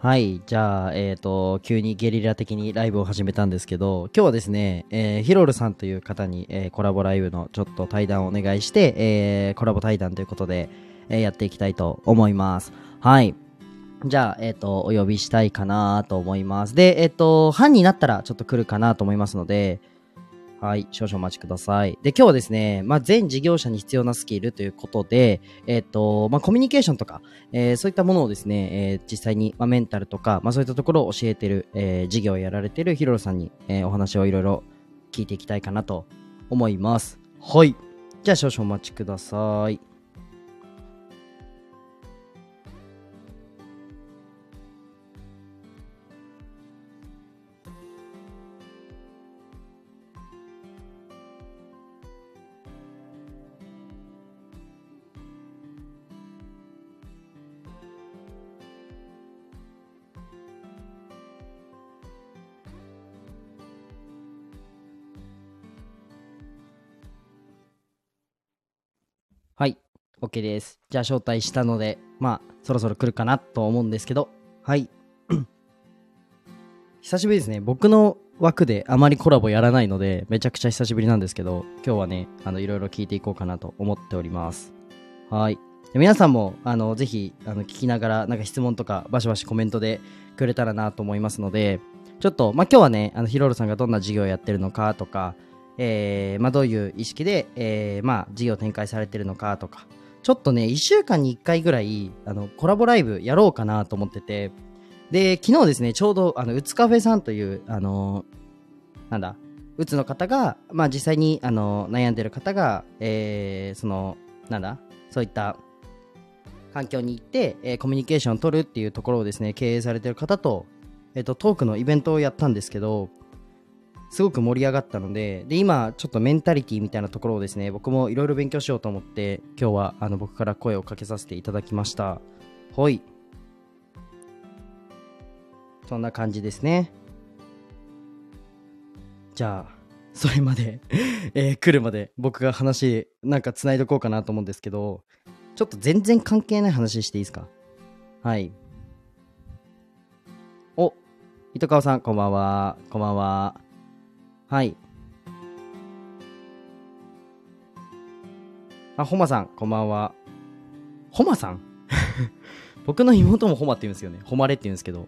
はい、じゃあ、急にゲリラ的にライブを始めたんですけど、今日はですね、ヒロルさんという方に、コラボライブのちょっと対談をお願いして、コラボ対談ということで、やっていきたいと思います。はい。じゃあ、お呼びしたいかなと思います。で、半になったらちょっと来るかなと思いますので、はい、少々お待ちください。で、今日はですね、全事業者に必要なスキルということで、コミュニケーションとか、そういったものをですね、実際に、メンタルとか、そういったところを教えてる、事業をやられてるヒロロさんに、お話をいろいろ聞いていきたいかなと思います。はい。じゃあ少々お待ちください。はい。OK です。じゃあ招待したので、そろそろ来るかなと思うんですけど、はい。久しぶりですね。僕の枠であまりコラボやらないので、めちゃくちゃ久しぶりなんですけど、今日はね、いろいろ聞いていこうかなと思っております。はい。で皆さんも、ぜひ、聞きながら、なんか質問とか、バシバシコメントでくれたらなと思いますので、ちょっと、今日はね、ヒロルさんがどんな事業をやってるのかとか、どういう意識で、事業を展開されてるのかとか、ちょっとね、1週間に1回ぐらい、コラボライブやろうかなと思ってて、で、昨日ですね、ちょうど、うつカフェさんという、うつの方が、実際に、悩んでる方が、そういった環境に行って、コミュニケーションを取るっていうところをですね、経営されてる方と、トークのイベントをやったんですけど、すごく盛り上がったので、今、ちょっとメンタリティみたいなところをですね、僕もいろいろ勉強しようと思って、今日は、僕から声をかけさせていただきました。はい。そんな感じですね。じゃあ、それまで来るまで僕が話なんか繋いどこうかなと思うんですけど、ちょっと全然関係ない話していいですか？はい。お、糸川さん、こんばんは。こんばんは。はい。あ、ホマさん、こんばんは。ホマさん僕の妹もホマって言うんですよね。ホマレって言うんですけど。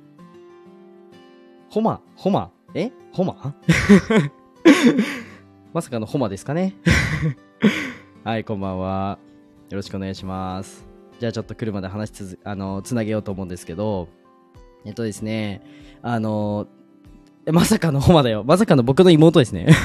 ホマホマまさかのホマですかねはい、こんばんは。よろしくお願いします。じゃあちょっと来るまで話つなげようと思うんですけど、ですね、まさかのホマだよ。まさかの僕の妹ですね。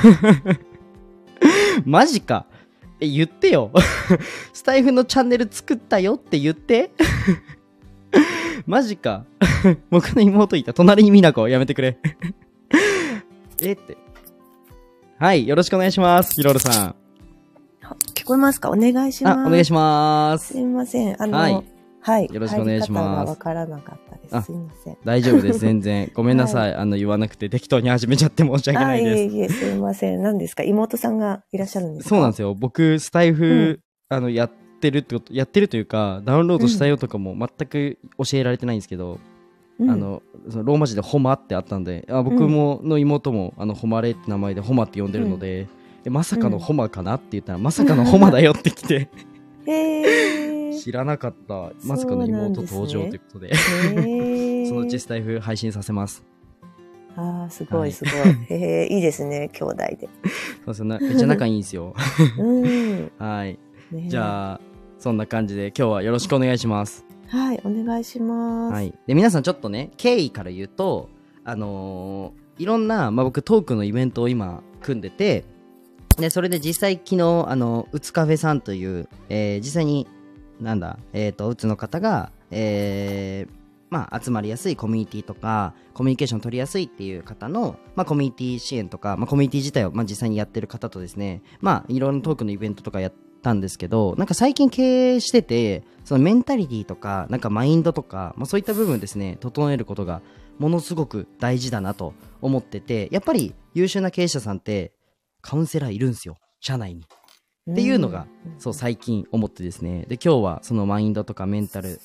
マジか。言ってよ。スタイフのチャンネル作ったよって言って。マジか。僕の妹いた。隣に美奈子。やめてくれ。って。はい、よろしくお願いします。ヒロルさん。 聞こえますか？お願いします。 お願いします。 すいません。 はい。 はい。 よろしくお願いします。 入り方がわからなかったです。すいません。 大丈夫です。全然。ごめんなさい。はい、言わなくて適当に始めちゃって申し訳ないです。 いえ、すいません。何ですか？妹さんがいらっしゃるんですか？ そうなんですよ。僕、スタイフ、やってるというか、ダウンロードしたよとかも全く教えられてないんですけど、そのローマ字でホマってあったんで、僕もの妹もホマレって名前でホマって呼んでるので、まさかのホマかなって言ったら、まさかのホマだよって来て知らなかった。まさかの妹登場ということで、そのうちスタイフ配信させます。 すごいすごい。いいですね、兄弟で。 そうですね、めっちゃ仲いいんですよ。はい。じゃあそんな感じで今日はよろしくお願いします。 はい、お願いします。 はい。で、皆さんちょっとね、経緯から言うと、いろんな、僕トークのイベントを今組んでて、で、それで実際昨日、うつカフェさんという、実際に、うつの方が、集まりやすいコミュニティとか、コミュニケーション取りやすいっていう方の、コミュニティ支援とか、コミュニティ自体を、実際にやってる方とですね、いろんなトークのイベントとかやったんですけど、なんか最近経営してて、そのメンタリティとか、なんかマインドとか、そういった部分ですね、整えることがものすごく大事だなと思ってて、やっぱり優秀な経営者さんってカウンセラーいるんですよ、社内に。っていうのが、そう最近思ってですね。で、今日はそのマインドとかメンタル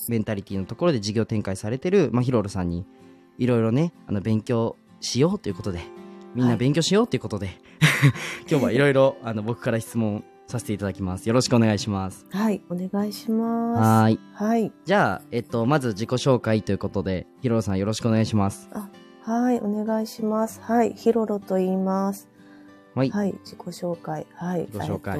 メンタリティのところで事業展開されてる、ヒロルさんにいろいろね勉強しようということで、みんな勉強しようということで、今日はいろいろ僕から質問させていただきます。よろしくお願いします。 はい、お願いします。 はい。 はい。 じゃあ、まず自己紹介ということで、ヒロロさんよろしくお願いします。 はい、お願いします。はい、ヒロロと言います。 はい。 はい、自己紹介。はい。 自己紹介。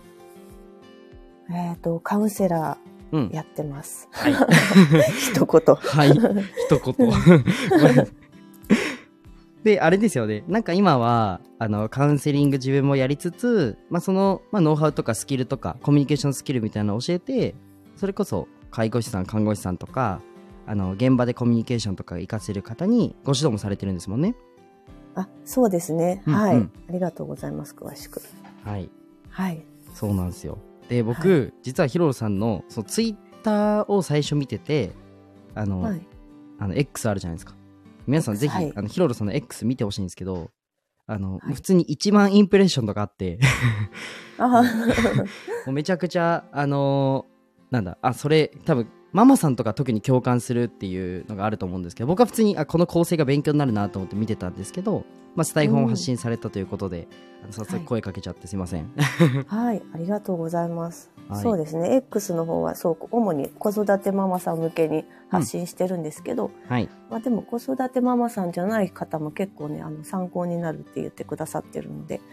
カウンセラーやってます。はい。一言。 はい。一言。で、あれですよね。なんか今は、カウンセリング自分もやりつつ、ノウハウとかスキルとか、コミュニケーションスキルみたいなのを教えて、それこそ、介護士さん、看護師さんとか、現場でコミュニケーションとか活かせる方にご指導もされてるんですもんね。 そうですね。はい。ありがとうございます。詳しく。 はい。 はい。 そうなんですよ。で、僕、実はヒロロさんの、ツイッターを最初見てて、X あるじゃないですか。皆さんぜひ、ヒロロさんの X 見てほしいんですけど、普通に1万インプレッションとかあってもうめちゃくちゃ、それ、多分、ママさんとか特に共感するっていうのがあると思うんですけど、僕は普通に、この構成が勉強になるなと思って見てたんですけど、スタイフを発信されたということで、早速声かけちゃってすいません。 はい、ありがとうございます。そうですね、X の方は主に子育てママさん向けに発信してるんですけど、でも子育てママさんじゃない方も結構ね、参考になるって言ってくださってるので、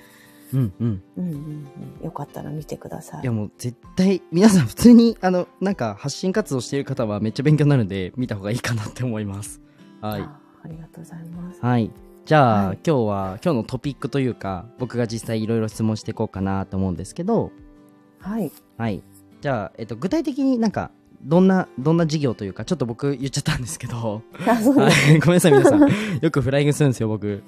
よかったら見てください。 いやもう絶対皆さん普通になんか発信活動している方はめっちゃ勉強になるんで見た方がいいかなって思います。はい。 ありがとうございます。 はい。じゃあ、今日のトピックというか僕が実際いろいろ質問していこうかなと思うんですけど、 はいはい。じゃあ、具体的になんかどんな事業というか、ちょっと僕言っちゃったんですけど、ごめんなさい皆さん、よくフライングするんですよ僕。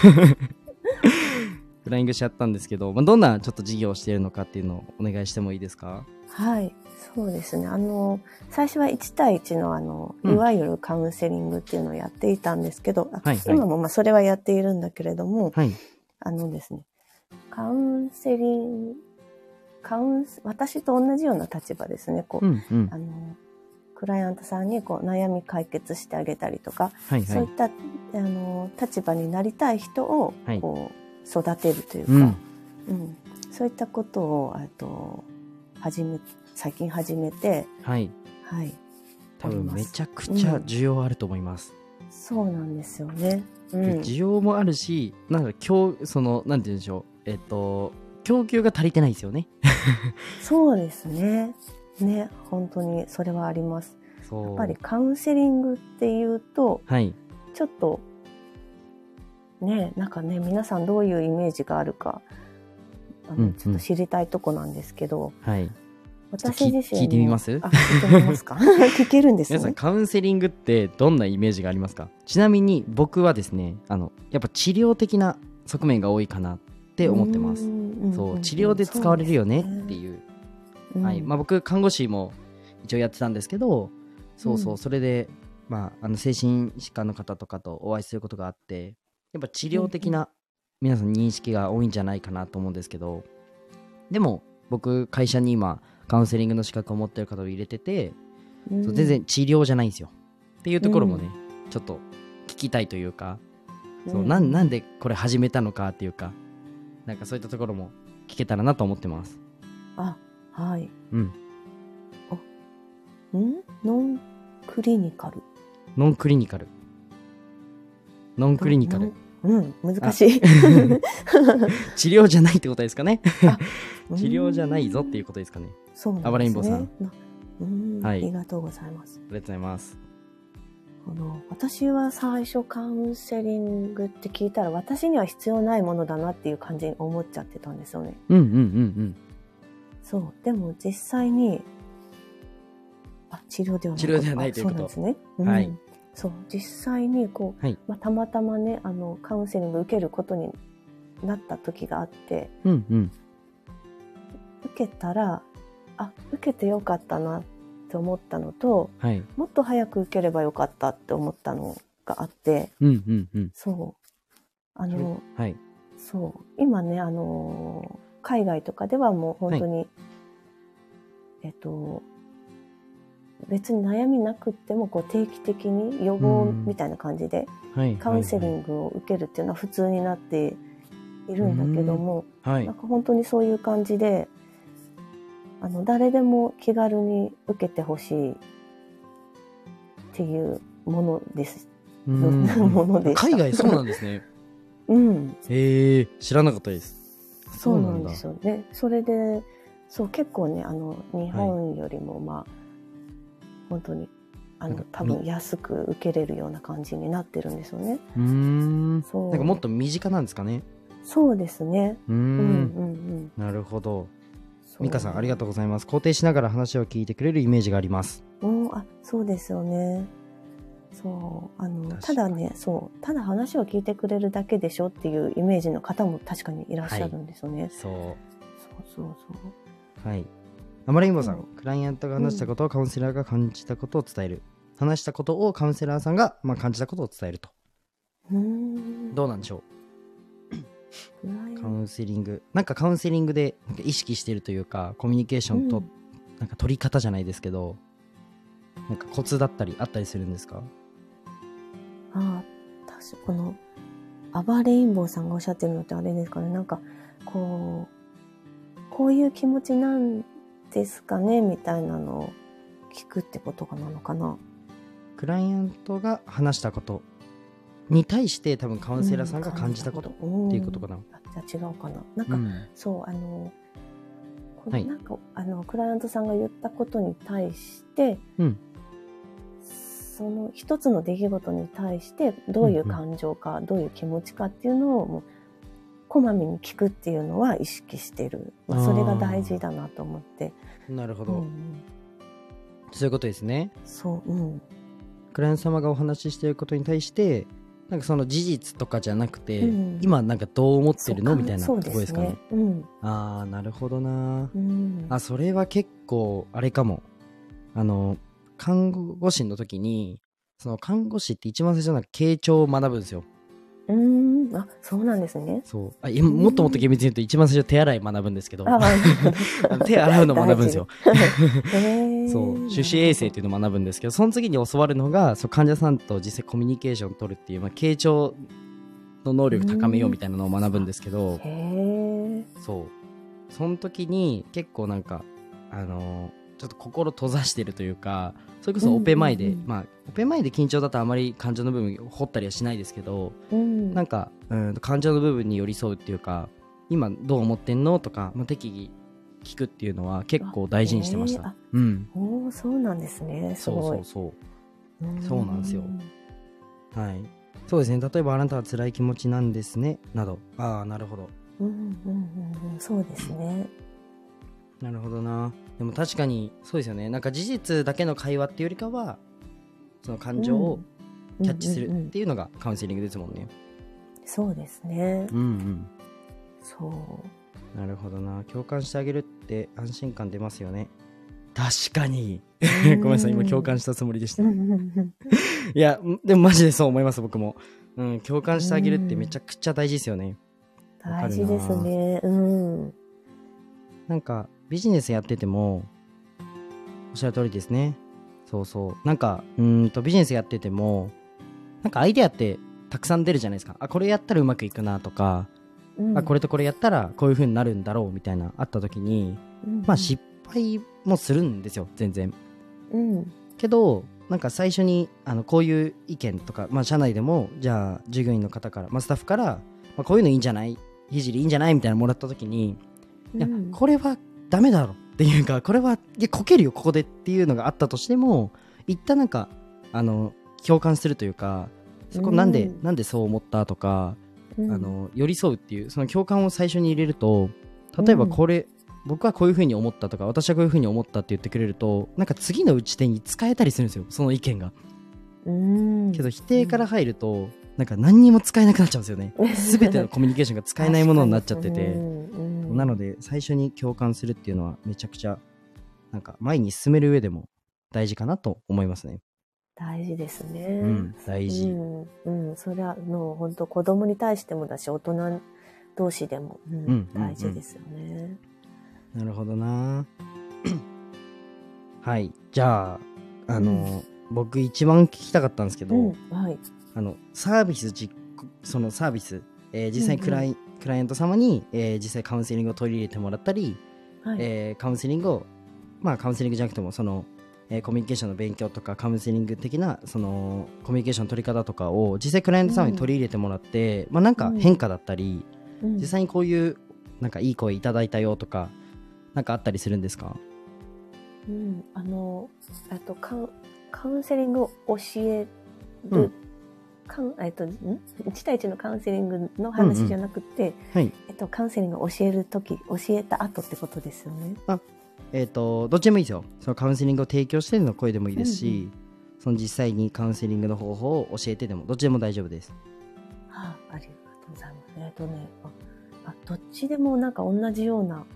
フライングしちゃったんですけど、どんなちょっと事業をしているのかっていうのをお願いしてもいいですか？ はい、そうですね。最初は1対1のいわゆるカウンセリングっていうのをやっていたんですけど、今もそれはやっているんだけれども、ですね、カウンセリング、私と同じような立場ですね。クライアントさんに悩み解決してあげたりとか、そういった立場になりたい人を育てるというか、そういったことを最近始めて、 多分めちゃくちゃ需要あると思います。 そうなんですよね。 需要もあるし、なんて言うんでしょう、供給が足りてないですよね。 そうですね。ね、本当にそれはあります。やっぱりカウンセリングっていうと、ちょっとね、なんかね、皆さんどういうイメージがあるか、ちょっと知りたいとこなんですけど、私自身聞いてみます？ 聞いてみますか？聞けるんですね。 皆さんカウンセリングってどんなイメージがありますか？ちなみに僕はですね、やっぱ治療的な側面が多いかなって思ってます。そう治療で使われるよねっていう。僕看護師も一応やってたんですけど、それで精神疾患の方とかとお会いすることがあって、やっぱ治療的な皆さん認識が多いんじゃないかなと思うんですけど、でも僕会社に今カウンセリングの資格を持ってる方を入れてて、全然治療じゃないんですよっていうところもね、ちょっと聞きたいというか、なんでこれ始めたのかっていうか、なんかそういったところも聞けたらなと思ってます。 はい。ノンクリニカル。難しい。 治療じゃないってことですかね。治療じゃないぞっていうことですかね。 そうなんですね。 アバレインボーさん。 ありがとうございます。 ありがとうございます。 私は最初カウンセリングって聞いたら私には必要ないものだなっていう感じに思っちゃってたんですよね。そう。でも実際に、治療ではない。 治療ではないということ。 そうなんですね。そう。実際にたまたまね、カウンセリング受けることになった時があって、受けたら、受けてよかったなって思ったのと、もっと早く受ければよかったって思ったのがあって、そう。そう。今ね、海外とかではもう本当に、 別に悩みなくってもこう定期的に予防みたいな感じでカウンセリングを受けるっていうのは普通になっているんだけども、なんか本当にそういう感じで誰でも気軽に受けてほしいっていうものです。ものでした。 海外そうなんですね。 うん。 へえ、知らなかったです。 そうなんですよね。それで、そう結構ね、日本よりもまあ、本当に多分安く受けれるような感じになってるんですよね。 そう。なんかもっと身近なんですかね。 そうですね。 なるほど。美香さんありがとうございます。肯定しながら話を聞いてくれるイメージがあります。 そうですよね。そうただね、ただ話を聞いてくれるだけでしょっていうイメージの方も確かにいらっしゃるんですよね。 はい。アマレインボーさん、クライアントが話したことをカウンセラーが感じたことを伝える。話したことをカウンセラーさんが、感じたことを伝えると。どうなんでしょう。カウンセリング。なんかカウンセリングでなんか意識してるというか、コミュニケーションと、なんか取り方じゃないですけど、なんかコツだったりあったりするんですか？ 確かこのアバレインボーさんがおっしゃってるのってあれですかね、なんかこういう気持ちなんですかねみたいなのを聞くってことなのかな。 クライアントが話したことに対して多分カウンセラーさんが感じたことっていうことかな。 じゃあ違うかな。なんか、なんかクライアントさんが言ったことに対して、その一つの出来事に対してどういう感情か、どういう気持ちかっていうのをもうこまめに聞くっていうのは意識してる。それが大事だなと思って。 なるほど。そういうことですね。クライアント様がお話ししていることに対してなんかその事実とかじゃなくて、今なんかどう思ってるのみたいなところですかね。なるほどな。それは結構あれかも。看護師の時にその看護師って一番最初なんか傾聴を学ぶんですよ。 そうなんですね。 もっともっと厳密に言うと一番最初手洗い学ぶんですけど手洗うのを学ぶんですよそう手指衛生っていうのを学ぶんですけど、その次に教わるのが患者さんと実際コミュニケーションを取るっていう、傾聴の能力高めようみたいなのを学ぶんですけど、その時に結構なんかちょっと心閉ざしてるというか、それこそオペ前で、オペ前で緊張だとあまり感情の部分掘ったりはしないですけど、なんか感情の部分に寄り添うっていうか、今どう思ってんのとか、適宜聞くっていうのは結構大事にしてました。 そうなんですね。そうなんですよ。はい。そうですね。例えばあなたは辛い気持ちなんですねなど。なるほど。 そうですね。 なるほどな。でも確かにそうですよね。なんか事実だけの会話っていうよりかはその感情をキャッチするっていうのがカウンセリングですもんね。 そうですね。 なるほどな。共感してあげるって安心感出ますよね。確かにごめんなさい、今共感したつもりでしたいやでもマジでそう思います。僕も、共感してあげるってめちゃくちゃ大事ですよね。 大事ですね。 なんかビジネスやっててもおっしゃる通りですね。なんかビジネスやっててもなんかアイデアってたくさん出るじゃないですか。これやったらうまくいくなとか、これとこれやったらこういう風になるんだろうみたいなあった時に、失敗もするんですよ全然。けどなんか最初にこういう意見とか、社内でもじゃあ従業員の方から、スタッフから、こういうのいいんじゃない、ひじりいいんじゃないみたいなのもらった時に、いやこれはダメだろっていうか、これはいやこけるよここでっていうのがあったとしても、一旦なんか共感するというか、そこなんでそう思ったとか、寄り添うっていうその共感を最初に入れると、例えばこれ、僕はこういう風に思ったとか、私はこういう風に思ったって言ってくれると、なんか次の打ち手に使えたりするんですよ、その意見が。けど否定から入るとなんか何にも使えなくなっちゃうんですよね全てのコミュニケーションが使えないものになっちゃっててなので最初に共感するっていうのはめちゃくちゃなんか前に進める上でも大事かなと思いますね。 大事ですね。 大事。 それはもう本当子供に対してもだし、大人同士でも、大事ですよね。 なるほどなはい。じゃあ僕一番聞きたかったんですけど、 はい、 サービスそのサービス、実際にクライアント様に、実際カウンセリングを取り入れてもらったり、はい、カウンセリングをカウンセリングじゃなくてもコミュニケーションの勉強とかカウンセリング的なコミュニケーションの取り方とかを実際クライアント様に取り入れてもらって、なんか変化だったり、実際にこういうなんかいい声いただいたよとかなんかあったりするんですか？ カウンセリングを教える、1対1のカウンセリングの話じゃなくて、カウンセリングを教えるとき、教えた後ってことですよね。 どっちでもいいですよ。そのカウンセリングを提供しての声でもいいですし、その実際にカウンセリングの方法を教えてでもどっちでも大丈夫です。 ありがとうございます。どっちでもなんか同じような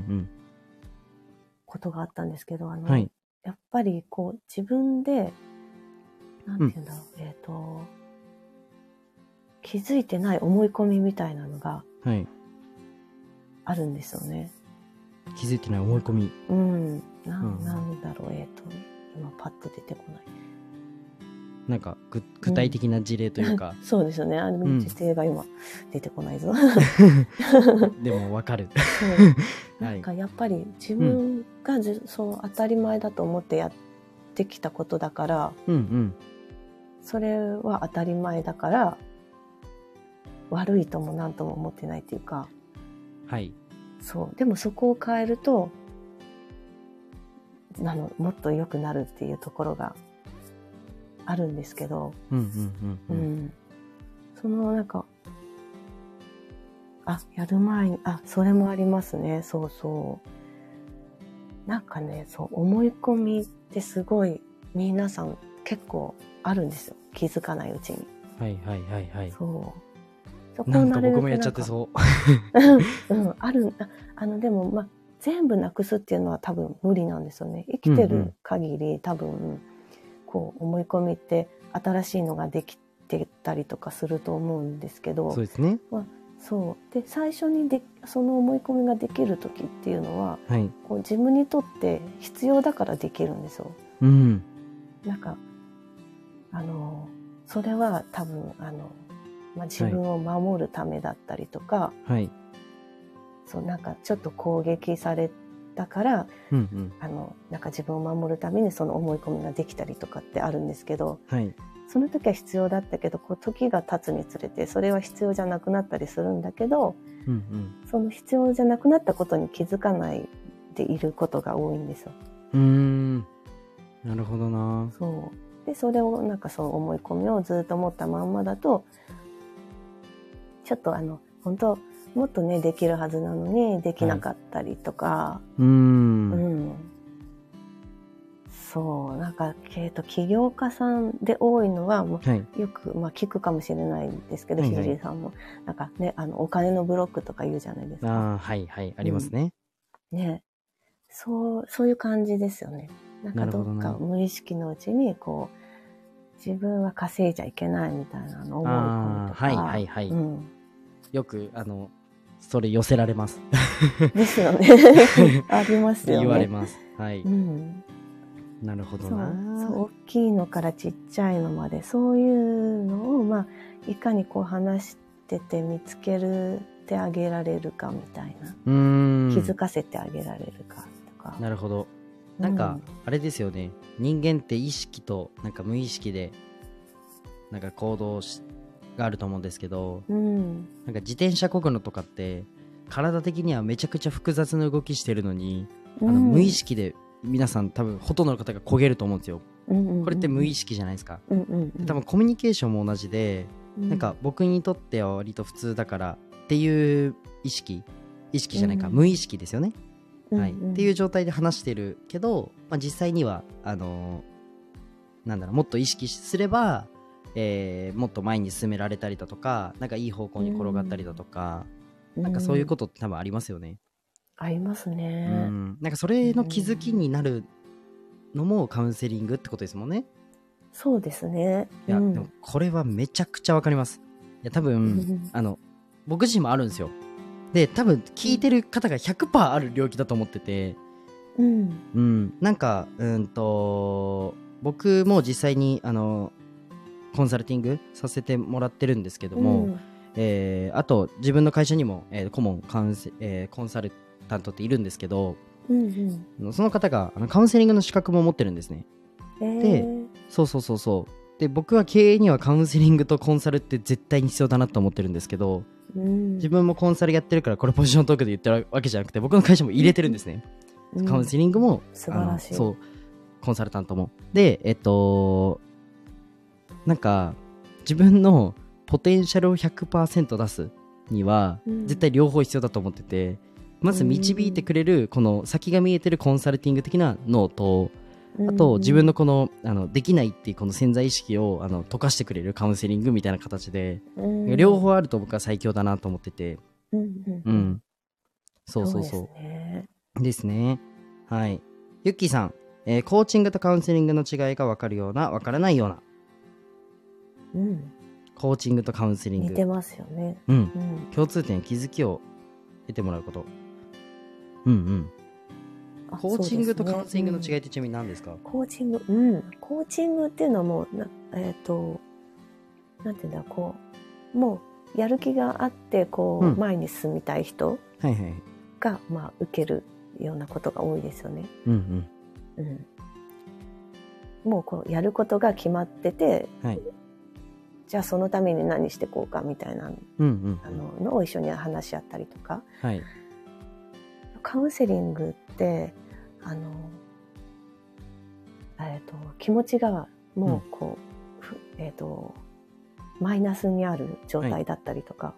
ことがあったんですけど、やっぱりこう自分でなんていうんだろう、気づいてない思い込みみたいなのがあるんですよね。 気づいてない思い込み。 なんだろう、今パッと出てこない。 なんか具体的な事例というか。 そうですよね。事例が今出てこないぞ。 でもわかる。 なんかやっぱり自分がそう当たり前だと思ってやってきたことだから、それは当たり前だから悪いとも何とも思ってないっていうか。 はい。 でもそこを変えるともっと良くなるっていうところがあるんですけど、なんかやる前にそれもありますね。なんかね、思い込みってすごい皆さん結構あるんですよ。気づかないうちに。 なんか僕もやっちゃってそう。 でも全部なくすっていうのは多分無理なんですよね。生きてる限り、多分こう思い込みって新しいのができてたりとかすると思うんですけど、 そうですね。 で最初にその思い込みができる時っていうのは、こう自分にとって必要だからできるんですよ。なんかそれは多分自分を守るためだったりとか、なんかちょっと攻撃されたから、なんか自分を守るためにその思い込みができたりとかってあるんですけど、その時は必要だったけど、こう時が経つにつれてそれは必要じゃなくなったりするんだけど、その必要じゃなくなったことに気づかないでいることが多いんですよ。 なるほどな。 でそれをなんかその思い込みをずっと持ったまんまだと、ちょっと本当もっとねできるはずなのにできなかったりとか、なんか起業家さんで多いのはもう、よく聞くかもしれないんですけど、ひじりさんもなんかねお金のブロックとか言うじゃないですか。 ありますね。 そういう感じですよね。なんかどっか無意識のうちにこう自分は稼いじゃいけないみたいなのを思い込みとか。 よくそれ寄せられますですよねありますよね。 言われます。なるほどな。 大きいのからちっちゃいのまで、そういうのをいかにこう話してて見つけてあげられるかみたいな、気づかせてあげられるかとか。 なるほど。なんかあれですよね、人間って意識となんか無意識でなんか行動があると思うんですけど、なんか自転車漕ぐのとかって体的にはめちゃくちゃ複雑な動きしてるのに、無意識で皆さん多分ほとんどの方が漕げると思うんですよ。これって無意識じゃないですか。多分コミュニケーションも同じで、なんか僕にとっては割と普通だからっていう意識じゃないか、無意識ですよね。っていう状態で話してるけど、実際にはなんだろう、もっと意識すれば、もっと前に進められたりだとか、なんかいい方向に転がったりだとか、なんかそういうことって多分ありますよね。 ありますね。 なんかそれの気づきになるのもカウンセリングってことですもんね。 そうですね。 いや、でもこれはめちゃくちゃわかります。いや多分僕自身もあるんですよ。で多分聞いてる方が 100% ある領域だと思ってて、なんか僕も実際にコンサルティングさせてもらってるんですけども、あと自分の会社にも、顧問コンサルタントっているんですけど、その方がカウンセリングの資格も持ってるんですね。で、そうで、僕は経営にはカウンセリングとコンサルって絶対に必要だなと思ってるんですけど、自分もコンサルやってるからこれポジショントークで言ってるわけじゃなくて、僕の会社も入れてるんですね。カウンセリングも素晴らしい。 そうコンサルタントもで、なんか自分のポテンシャルを 100% 出すには絶対両方必要だと思ってて、まず導いてくれるこの先が見えてるコンサルティング的な脳と、あと自分のこのできないっていうこの潜在意識を溶かしてくれるカウンセリングみたいな形で、両方あると僕は最強だなと思ってて、そうですね。はい。ゆっきーさん、コーチングとカウンセリングの違いが分かるような分からないような、コーチングとカウンセリング似てますよね。 共通点、気づきを得てもらうこと。コーチングとカウンセリングの違いってちなみに何ですか？ コーチングっていうのはもうなんていうんだ、こうもうやる気があってこう、前に進みたい人が、まあ受けるようなことが多いですよね。もうこうやることが決まってて、じゃあそのために何してこうかみたいなのを一緒に話し合ったりとか、カウンセリングって気持ちがもうこう、マイナスにある状態だったりとか、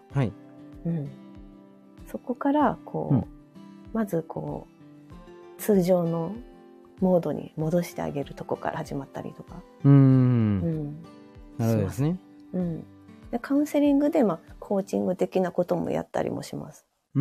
そこからこう、まずこう通常のモードに戻してあげるとこから始まったりとか。 なるほどですね。 でカウンセリングで、まあ、コーチング的なこともやったりもします。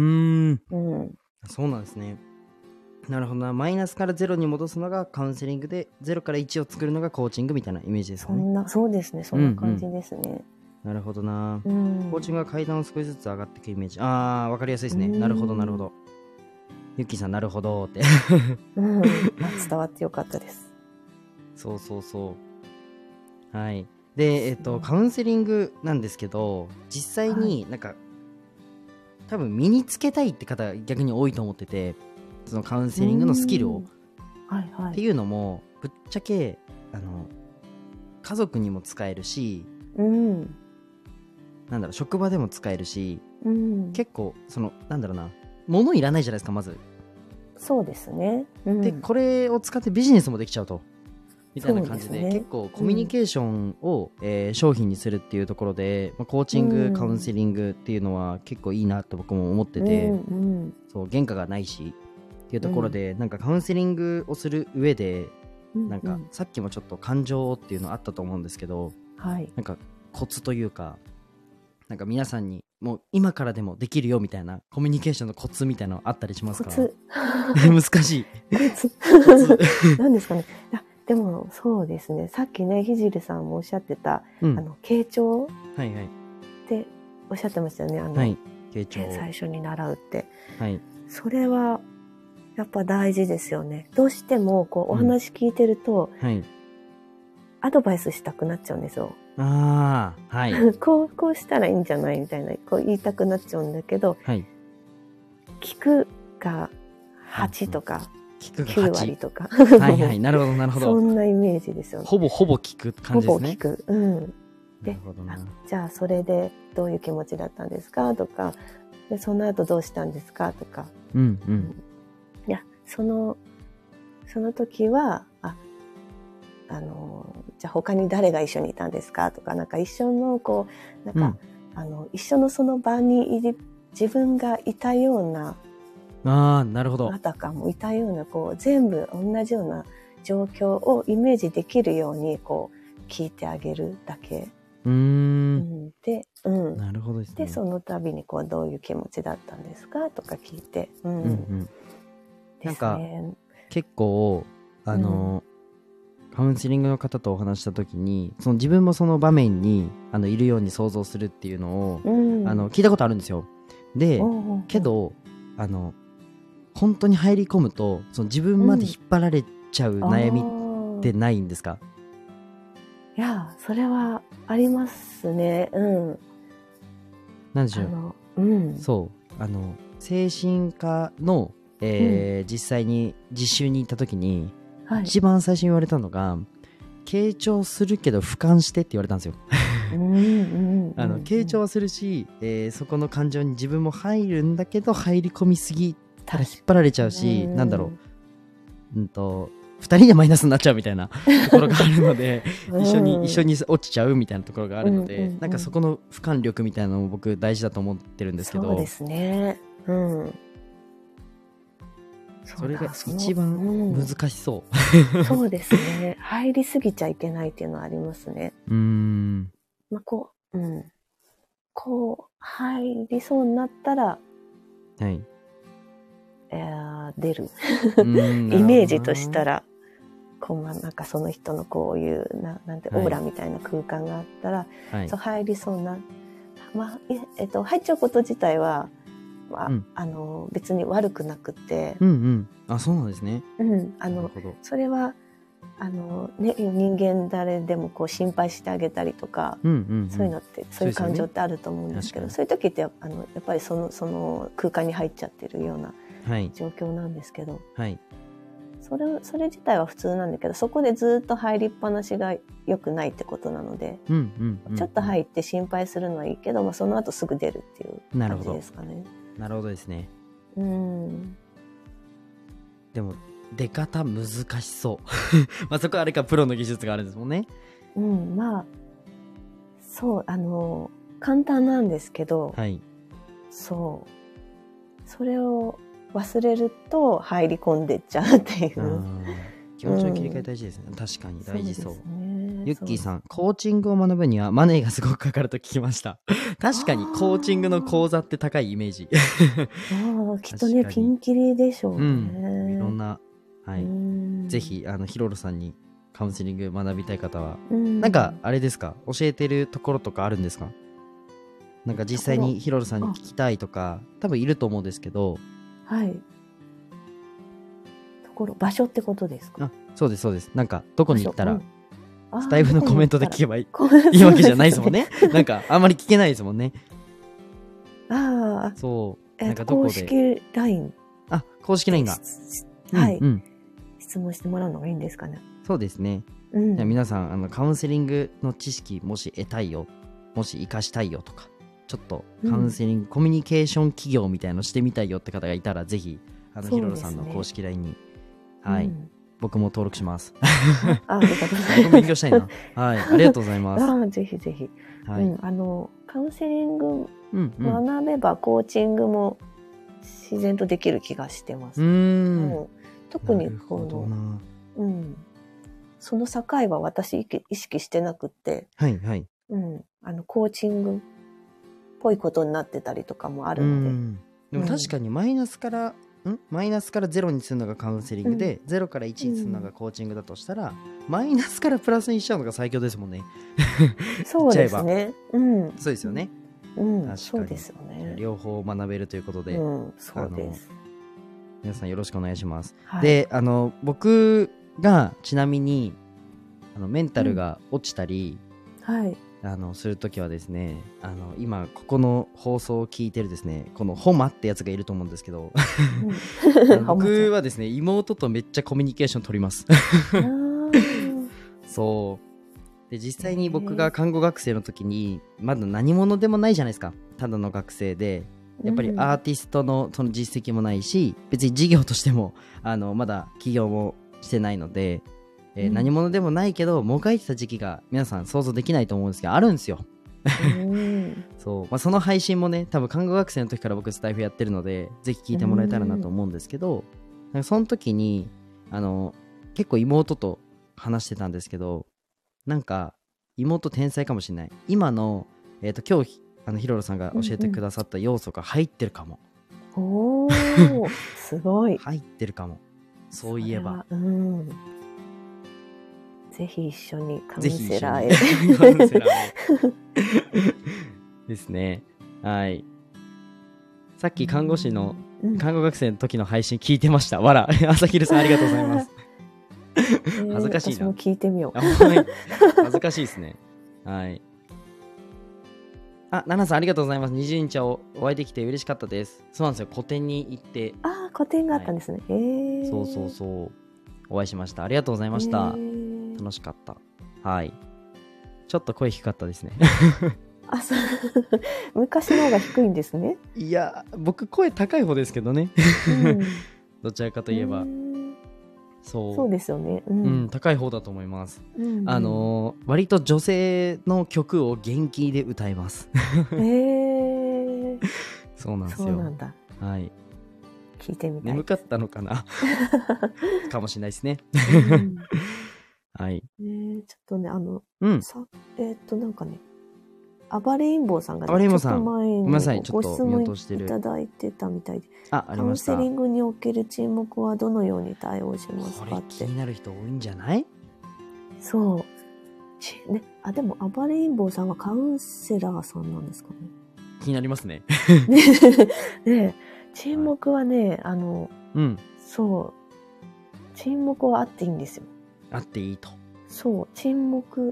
そうなんですね。なるほどな。マイナスからゼロに戻すのがカウンセリングで、ゼロから1を作るのがコーチングみたいなイメージですかね。 そうですね、そんな感じですね。 なるほどな。コーチングは階段を少しずつ上がっていくイメージ。わかりやすいですね。なるほどなるほど。ゆっきーさん、なるほどって伝わってよかったです。 はい。で、カウンセリングなんですけど、実際になんか、多分身につけたいって方逆に多いと思ってて、そのカウンセリングのスキルを、っていうのもぶっちゃけ家族にも使えるし、なんだろう、職場でも使えるし、結構なんだろうな、物いらないじゃないですか、まず。 そうですね。 でこれを使ってビジネスもできちゃうとみたいな感じで、結構コミュニケーションを、商品にするっていうところで、コーチング、カウンセリングっていうのは結構いいなと僕も思ってて、そう原価がないしっていうところで、なんかカウンセリングをする上で、なんかさっきもちょっと感情っていうのあったと思うんですけど、なんかコツというか、なんか皆さんにもう今からでもできるよみたいなコミュニケーションのコツみたいなのあったりしますか？難しい。 何ですかね。でもそうですね、さっきね、ひじりさんもおっしゃってた、傾聴っておっしゃってましたよね。傾聴最初に習うって、それはやっぱ大事ですよね。どうしてもこうお話聞いてると、アドバイスしたくなっちゃうんですよ。こうしたらいいんじゃないみたいなこう言いたくなっちゃうんだけど、聞くが8とか、9割とかなるほどなるほど。 そんなイメージですよね。 ほぼ聞く感じですね。 ほぼ聞く。で、じゃあそれでどういう気持ちだったんですかとか、でその後どうしたんですかとか、いやその時はじゃあ他に誰が一緒にいたんですかとか、なんか一緒のこうなんか、一緒のその場に自分がいたような、 なるほど。 あたかもいたような、こう全部同じような状況をイメージできるようにこう聞いてあげるだけ。で、 なるほどですね。 でその度にこうどういう気持ちだったんですかとか聞いて、 なんか結構カウンセリングの方とお話した時に、その自分もその場面にいるように想像するっていうのを、聞いたことあるんですよ。で、けど本当に入り込むとその自分まで引っ張られちゃう悩みってないんですか？ いや、それはありますね。 なんでしょう。そう。精神科の、実際に実習に行った時に、一番最初に言われたのが、傾聴するけど俯瞰してって言われたんですよ。傾聴はするし、そこの感情に自分も入るんだけど入り込みすぎたら引っ張られちゃうし、なんだろう、2人でマイナスになっちゃうみたいなところがあるので一緒に落ちちゃうみたいなところがあるので、なんかそこの俯瞰力みたいなのも僕大事だと思ってるんですけど、 そうですね。 それが一番難しそう。 そうですね。入りすぎちゃいけないっていうのはありますね。まあ、こう入りそうになったら、 はい、 出るイメージとしたら、なんかその人のこういうなんてオーラみたいな空間があったら、そう入りそうな、入っちゃうこと自体は、別に悪くなくて、 あ、そうなんですね。 それは人間誰でもこう心配してあげたりとか、そういうのってそういう感情ってあると思うんですけど、そういう時ってやっぱりその空間に入っちゃってるような状況なんですけど、それ自体は普通なんだけど、そこでずっと入りっぱなしが良くないってことなので、ちょっと入って心配するのはいいけど、その後すぐ出るっていう感じですかね。 なるほどですね。でも出方難しそうそこはあれか、プロの技術があるんですもんね。 そう簡単なんですけど、それを忘れると入り込んでっちゃうっていう。 気持ちの切り替え大事ですね。確かに大事そう。ユッキーさん、コーチングを学ぶにはマネーがすごくかかると聞きました。確かにコーチングの講座って高いイメージ。 きっとね、ピンキリでしょうね。 いろんな、ぜひヒロルさんにカウンセリング学びたい方は、なんかあれですか、教えてるところとかあるんですか？なんか実際にヒロルさんに聞きたいとか多分いると思うんですけど。 場所ってことですか？ そうですそうです。なんかどこに行ったら、スタイフのコメントで聞けばいいわけじゃないですもんね。なんかあんまり聞けないですもんね。そう。なんかどこで公式 LINE。 公式 LINE が。 質問してもらうのがいいんですかね。 そうですね。皆さんカウンセリングの知識もし得たいよ、もし活かしたいよとか、ちょっとカウンセリング、コミュニケーション企業みたいのしてみたいよって方がいたら、ぜひヒロルさんの公式 LINE に、僕も登録します。 ありがとうございます。 勉強したいな。ありがとうございます。 ぜひぜひ。カウンセリング学べばコーチングも自然とできる気がしてます。特にその境は私意識してなくって、コーチングっぽいことになってたりとかもあるので。でも確かにマイナスから0にするのがカウンセリングで、0から1にするのがコーチングだとしたら、マイナスからプラスにしちゃうのが最強ですもんね。 そうですね。 そうですよね。 そうですよね。 両方学べるということで、 そうです。 皆さんよろしくお願いします。で、僕がちなみにメンタルが落ちたり、するときはですね、今ここの放送を聞いてるですね、このホマってやつがいると思うんですけど、僕はですね、妹とめっちゃコミュニケーション取ります。そうで、実際に僕が看護学生の時にまだ何者でもないじゃないですか。ただの学生で、やっぱりアーティストのその実績もないし、別に事業としてもまだ起業もしてないので、何者でもないけどもがいてた時期が皆さん想像できないと思うんですけど、あるんですよ。その配信もね、多分看護学生の時から僕スタイフやってるので、ぜひ聞いてもらえたらなと思うんですけど、なんかその時に結構妹と話してたんですけど、なんか妹天才かもしれない、今の、今日ヒロロさんが教えてくださった要素が入ってるかも。 すごい入ってるかも。そういえば、 ぜひ一緒にカウンセラーへ。 ですね。はい。さっき看護師の、看護学生の時の配信聞いてました。わら。朝昼さんありがとうございます。 恥ずかしいな。 私も聞いてみよう。 恥ずかしいですね。はい。ナナさんありがとうございます。20日お会いできて嬉しかったです。そうなんですよ。個展に行って。 個展があったんですね。 そうそうそう。お会いしました。ありがとうございました。楽しかった。はい。ちょっと声低かったですね。 そう。昔の方が低いんですね。 いや、僕声高い方ですけどね。どちらかといえば。 そうですよね。 高い方だと思います。割と女性の曲を元気で歌います。そうなんですよ。 そうなんだ。 はい。 聞いてみたい。 眠かったのかなかもしれないですね。はい。 ちょっとね、なんかね、暴れインボーさんが、 ね、ちょっと前にご質問いただいてたみたいで、 ありました。 カウンセリングにおける沈黙はどのように対応しますかって。 これ気になる人多いんじゃない？ そう。ね、でも暴れインボーさんはカウンセラーさんなんですかね。 気になりますね。 で、沈黙はね、そう。沈黙はあっていいんですよ。 あっていいと。 そう、沈黙。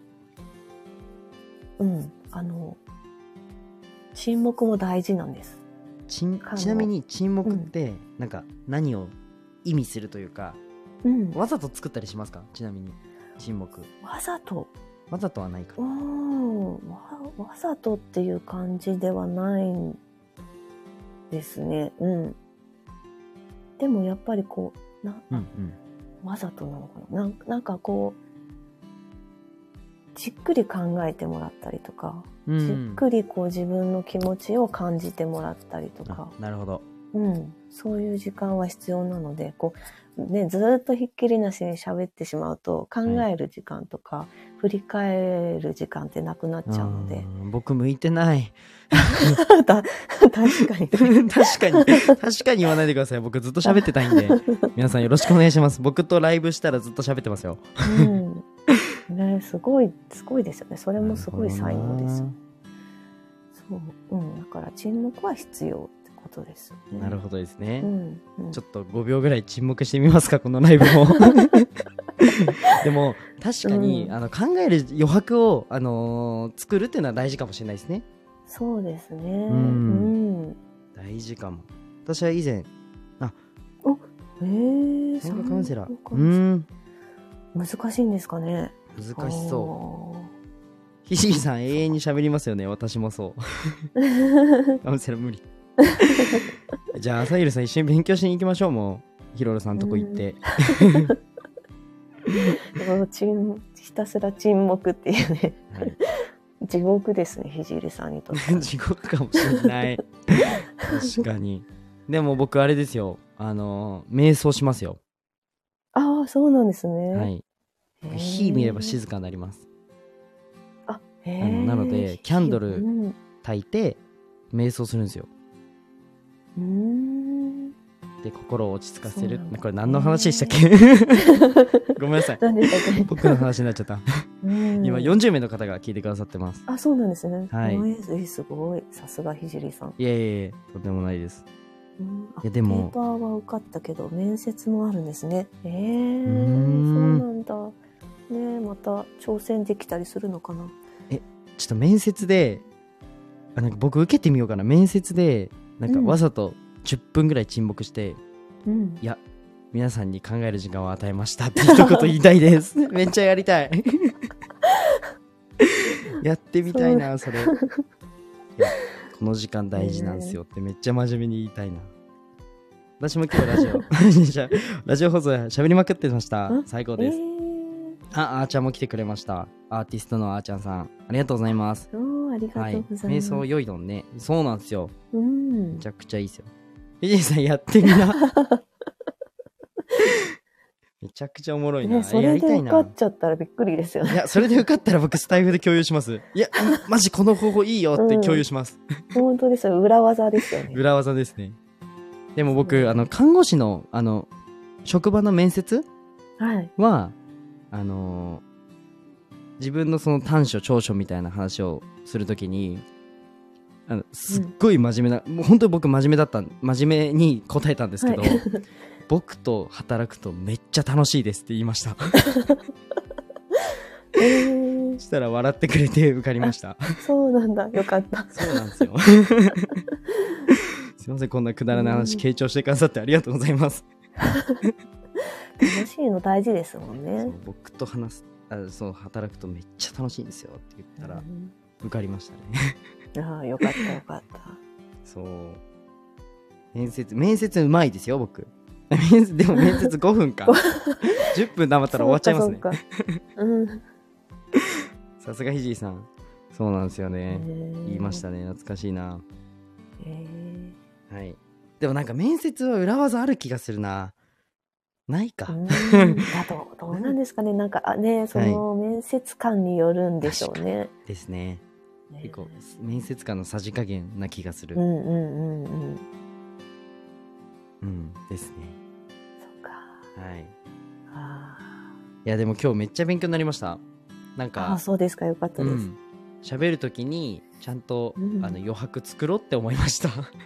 沈黙も大事なんです。 ちなみに沈黙ってなんか何を意味するというか、わざと作ったりしますか？ちなみに沈黙。わざとはないか。 わざとっていう感じではないんですね。でもやっぱりこうわざとなのかな。なんかこうじっくり考えてもらったりとか、じっくりこう自分の気持ちを感じてもらったりとか。 なるほど。 そういう時間は必要なので、こうね、ずっとひっきりなしに喋ってしまうと考える時間とか、振り返る時間ってなくなっちゃうので。 僕向いてない。 確かに確かに言わないでください。僕ずっと喋ってたいんで皆さんよろしくお願いします。僕とライブしたらずっと喋ってますよ。 ね、すごいですよね。それもすごい才能ですよ。そう、だから沈黙は必要ってことですよね。 なるほどですね。ちょっと5秒ぐらい沈黙してみますか、このライブも。でも確かに、考える余白を、作るっていうのは大事かもしれないですね。 そうですね。 大事かも。私は以前産後カウンセラー。 難しいんですかね。 難しそう。ひじりさん永遠に喋りますよね。私もそう。カウンセラー無理。じゃあ朝昼さん一緒に勉強しに行きましょう。もうヒロルさんとこ行って。 ひたすら沈黙っていうね。地獄ですね、ひじりさんにとって。 地獄かもしれない。確かに。でも僕あれですよ。瞑想しますよ。 そうなんですね。 はい。火見れば静かになります。なのでキャンドル焚いて瞑想するんですよ。で心を落ち着かせる。これ何の話でしたっけ？ごめんなさい。僕の話になっちゃった。今40名の方が聞いてくださってます。 そうなんですね。 はい。 すごい。さすがひじりさん。 いえとんでもないです。 でもペーパーは受かったけど面接もあるんですね。そうなんだ。ね、また挑戦できたりするのかな。 ちょっと面接でなんか僕受けてみようかな。面接でなんかわざと10分ぐらい沈黙して、いや皆さんに考える時間を与えましたって一言言いたいです。めっちゃやりたい。やってみたいな、それ。いやこの時間大事なんですよってめっちゃ真面目に言いたいな。私も今日ラジオ放送喋りまくってました。最高です。あーちゃんも来てくれました。アーティストのあーちゃんさん、ありがとうございます。 ありがとうございます。 瞑想良いのね。そうなんですよ。めちゃくちゃいいですよ。ひじりさんやってみな。めちゃくちゃおもろいな。 それで受かっちゃったらびっくりですよね。 いや、それで受かったら僕スタイフで共有します。いや、マジこの方法いいよって共有します。 本当ですよ。裏技ですよね。 裏技ですね。でも僕、看護師の、職場の面接は、自分のその短所長所みたいな話をするときにすっごい真面目な、もう本当に僕真面目に答えたんですけど、 僕と働くとめっちゃ楽しいですって言いました。そしたら笑ってくれて受かりました。 そうなんだ、よかった。 そうなんですよ。すいません、こんなくだらない話傾聴してくださってありがとうございます。 楽しいの大事ですもんね。 そう僕と話すそう働くとめっちゃ楽しいんですよって言ったら、受かりましたね。 ああ、よかったよかった。 そう面接うまいですよ僕。でも面接5分か10分黙ったら終わっちゃいますね。さすがひじいさん。そうなんですよね。言いましたね。懐かしいな。はい。でもなんか面接は裏技ある気がするな。ないか。 どうなんですかね。なんかね、その面接官によるんでしょうね。 ですね。結構面接官のさじ加減な気がする。ですね。 そうか。 はい。いやでも今日めっちゃ勉強になりました。なんかそうですか、よかったです。 喋るときにちゃんと、余白作ろうって思いました。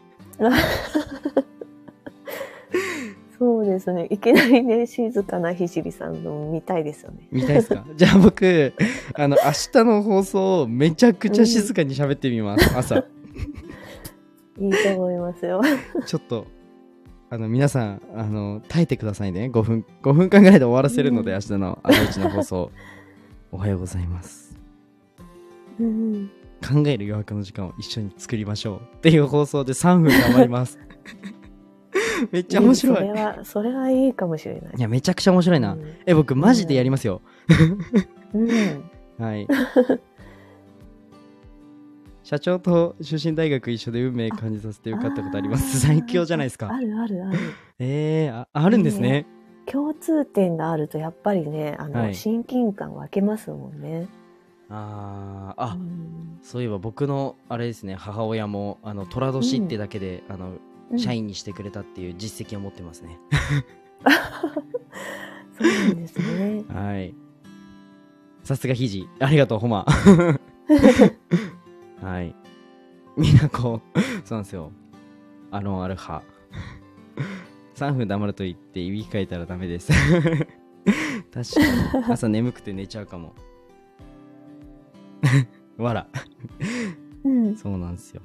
そうですね。いきなりね、静かなひじりさんの見たいですよね。 見たいですか？じゃあ僕、明日の放送めちゃくちゃ静かに喋ってみます、朝。 いいと思いますよ。 ちょっと、皆さん、耐えてくださいね。5分間ぐらいで終わらせるので、明日の朝一の放送。おはようございます。考える余白の時間を一緒に作りましょう。っていう放送で3分頑張ります。めっちゃ面白い。 それはいいかもしれない。 いや、めちゃくちゃ面白いな。僕マジでやりますよ。はい。社長と出身大学一緒で運命感じさせてよかったことあります。最強じゃないですか。 ある。 あるんですね。 共通点があるとやっぱりね、親近感分けますもんね。 そういえば僕のあれですね、母親も寅年ってだけで社員にしてくれたっていう実績を持ってますね。 そうなんですね。 はい。さすがひじ、ありがとうホマ。はい。みんなこうそうなんですよ。アル派。3分黙ると言っていびきかいたらダメです。確かに朝眠くて寝ちゃうかも。わら。そうなんですよ。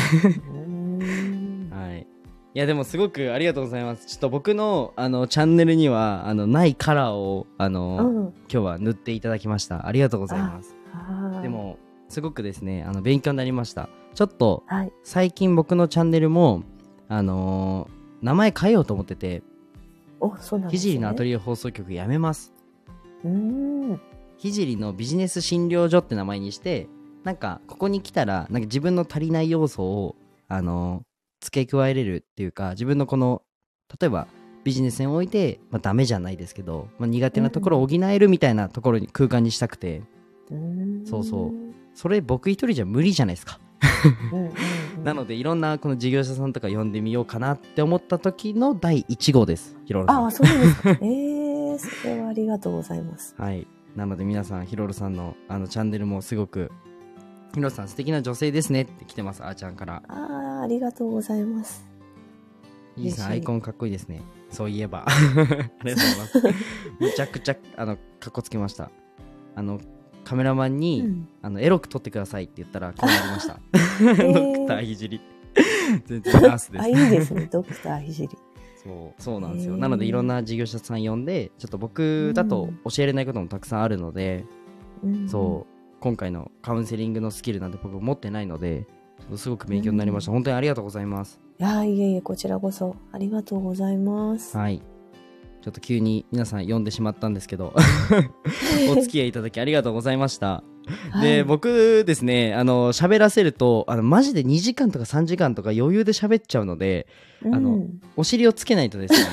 はい。いやでもすごくありがとうございます。ちょっと僕のチャンネルにはないカラーを今日は塗っていただきました。ありがとうございます。でもすごくですね勉強になりました。ちょっと、最近僕のチャンネルも名前変えようと思ってて、ひじりのアトリエ放送局やめます。ひじりのビジネス診療所って名前にして、なんかここに来たらなんか自分の足りない要素を付け加えれるっていうか、自分のこの例えばビジネスにおいて、ダメじゃないですけど、苦手なところを補えるみたいなところに空間にしたくて、それ僕一人じゃ無理じゃないですか。なのでいろんなこの事業者さんとか呼んでみようかなって思った時の第1号です。ひろろさん。 そうですか。それはありがとうございます。 はい。なので皆さんひろろさんのチャンネルもすごく、ひろろさん素敵な女性ですねって来てます。あーちゃんから。 ありがとうございます。 いいさんアイコンかっこいいですね。そういえば。ありがとうございます。めちゃくちゃかっこつけました。カメラマンに、エロく撮ってくださいって言ったらこうなりました。ドクターひじり。全然ナースです。 いいですね、ドクターひじり。 そうなんですよ。なのでいろんな事業者さん呼んで、ちょっと僕だと教えれないこともたくさんあるので、今回のカウンセリングのスキルなんて僕持ってないので、すごく勉強になりました。本当にありがとうございます。 いえ、こちらこそありがとうございます。 はい。ちょっと急に皆さん呼んでしまったんですけどお付き合いいただきありがとうございました。で、僕ですね喋らせるとマジで2時間とか3時間とか余裕で喋っちゃうので、お尻をつけないとですね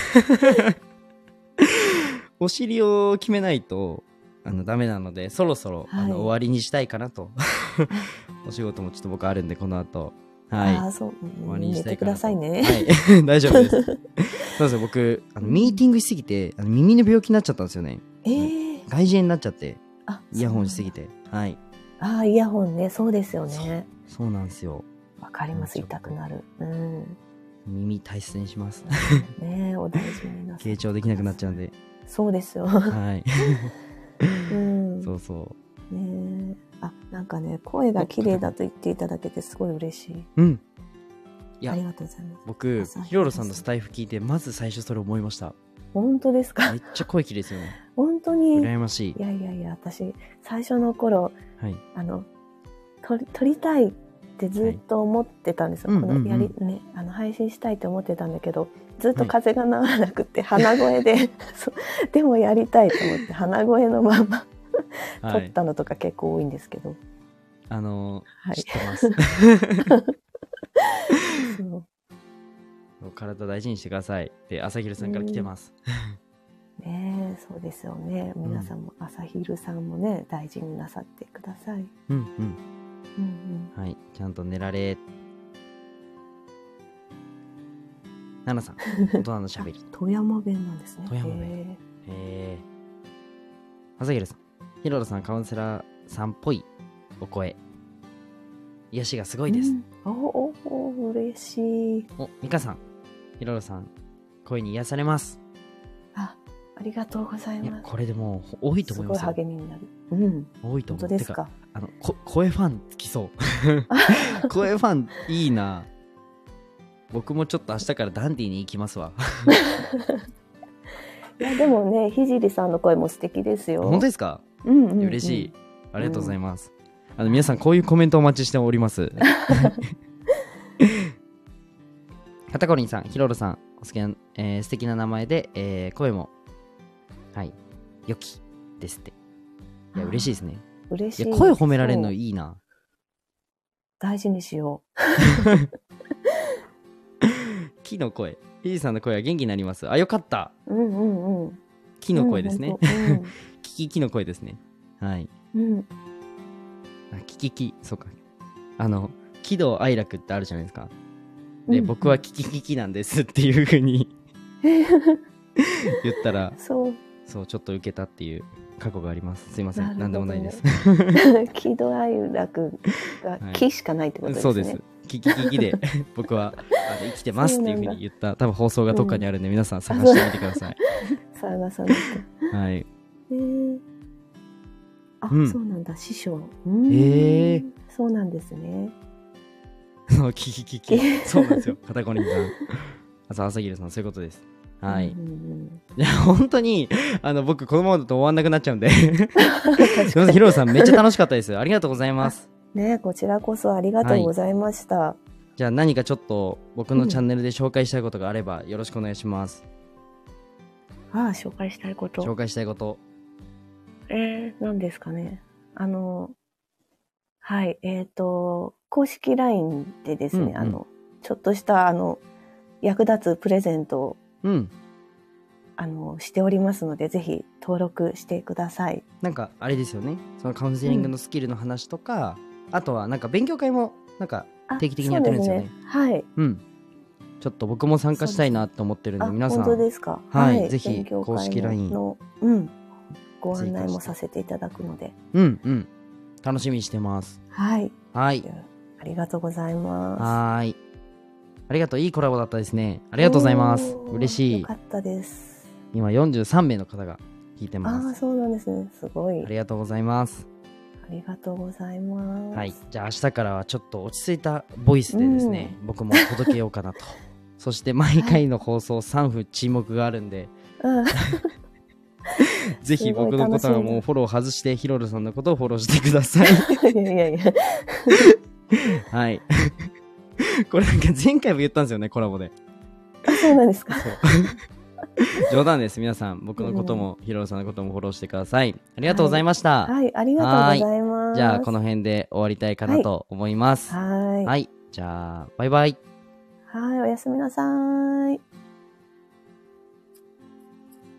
お尻を決めないとダメなので、そろそろ終わりにしたいかなとお仕事もちょっと僕あるんでこの後終わりにしたいかなと。寝てくださいね。はい大丈夫です。そうですよ、僕ミーティングしすぎて耳の病気になっちゃったんですよね。外耳炎になっちゃって、イヤホンしすぎて。 イヤホンね、そうですよね。 そうなんですよ。 わかります、痛くなる。 耳大切にします。 ねえ、お大事になさい。 傾聴できなくなっちゃうんで。 そうですよ。 はい。 うん。 そうそう。 ねえ。なんかね、声が綺麗だと言っていただけてすごい嬉しい。 うん。いや、 ありがとうございます。 僕、ヒロロさんのスタイフ聞いて、まず最初それ思いました。 本当ですか？ めっちゃ声綺麗ですよね。 本当に。 羨ましい。 いやいやいや、私、最初の頃、 はい、 撮りたいってずっと思ってたんですよ。 はい、 このね、配信したいって思ってたんだけど、ずっと風邪が治らなくて、鼻声で、でもやりたいと思って、鼻声のまま撮ったのとか結構多いんですけど。 はい、知ってます。そう体大事にしてくださいって朝昼さんから来てます。 ねえ、そうですよね。皆さんも朝昼さんもね、大事になさってください。 うんうん。うんうん。はい、ちゃんと寝られ。ナナさん、大人のしゃべり。 富山弁なんですね。 富山弁。朝昼さん、ヒロロさんカウンセラーさんっぽいお声。癒しがすごいです。 お、嬉しい。 ミカさん、ヒロロさん、声に癒されます。 ありがとうございます。いや、 これでも多いと思いますよ。 すごい励みになる。うん。 多いと思う。 本当ですか。 声ファンつきそう。声ファンいいな。僕もちょっと明日からダンディに行きますわ。 いやでもね、ひじりさんの声も素敵ですよ。 本当ですか？嬉しい。ありがとうございます。皆さんこういうコメントお待ちしております。カタコリンさん、ヒロロさん、お好きな、素敵な名前で、声もはい良きですって。いや嬉しいですね。 嬉しい。 いや声褒められるのいいな。 大事にしよう。 木の声、ひじさんの声は元気になります。あ、よかった。木の声ですね。木の声ですね。はい。そうか。喜怒哀楽ってあるじゃないですか。で、僕はキなんですっていう風に言ったら、そうちょっと受けたっていう過去があります。すいません、なんでもないです。 喜怒哀楽が木しかないってことですね。 そうです。キで僕は生きてますっていう風に言った多分放送がどっかにあるんで、皆さん探してみてください。 探さないと。はい。そうなんだ、師匠。そうなんですね。 そうそうなんですよ。片コニさん、朝霧さん、そういうことです。はい。いや本当に僕このままだと終わんなくなっちゃうんで。すみません、ヒロロさんめっちゃ楽しかったです。ありがとうございます。 ね、こちらこそありがとうございました。 じゃあ何かちょっと僕のチャンネルで紹介したいことがあればよろしくお願いします。 紹介したいこと。 紹介したいこと。 何ですかね。はい、公式 LINE でですね、ちょっとした役立つプレゼントを、しておりますので、ぜひ登録してください。 なんかあれですよね。そのカウンセリングのスキルの話とか、あとはなんか勉強会もなんか定期的にやってるんですよね。 はい。 ちょっと僕も参加したいなと思ってるんで、皆さん。 本当ですか。 はい、ぜひ公式 LINE のご案内もさせていただくので。 楽しみにしてます。 はい。 はい。 ありがとうございます。 はい。ありがとう。いいコラボだったですね。ありがとうございます。嬉しい。 よかったです。 今43名の方が聞いてます。 そうなんですね。すごい。 ありがとうございます。 ありがとうございます。 はい。じゃあ明日からはちょっと落ち着いたボイスでですね、僕も届けようかなと。そして毎回の放送3分沈黙があるんで、ぜひ僕のことはもうフォロー外して、ヒロロさんのことをフォローしてください。 いや。 はい。これなんか前回も言ったんですよね、コラボで。 そうなんですか。 冗談です。皆さん、僕のことも、ヒロロさんのこともフォローしてください。ありがとうございました。 はい、ありがとうございます。 じゃあ、この辺で終わりたいかなと思います。はい。じゃあ、バイバイ。 はい、おやすみなさい。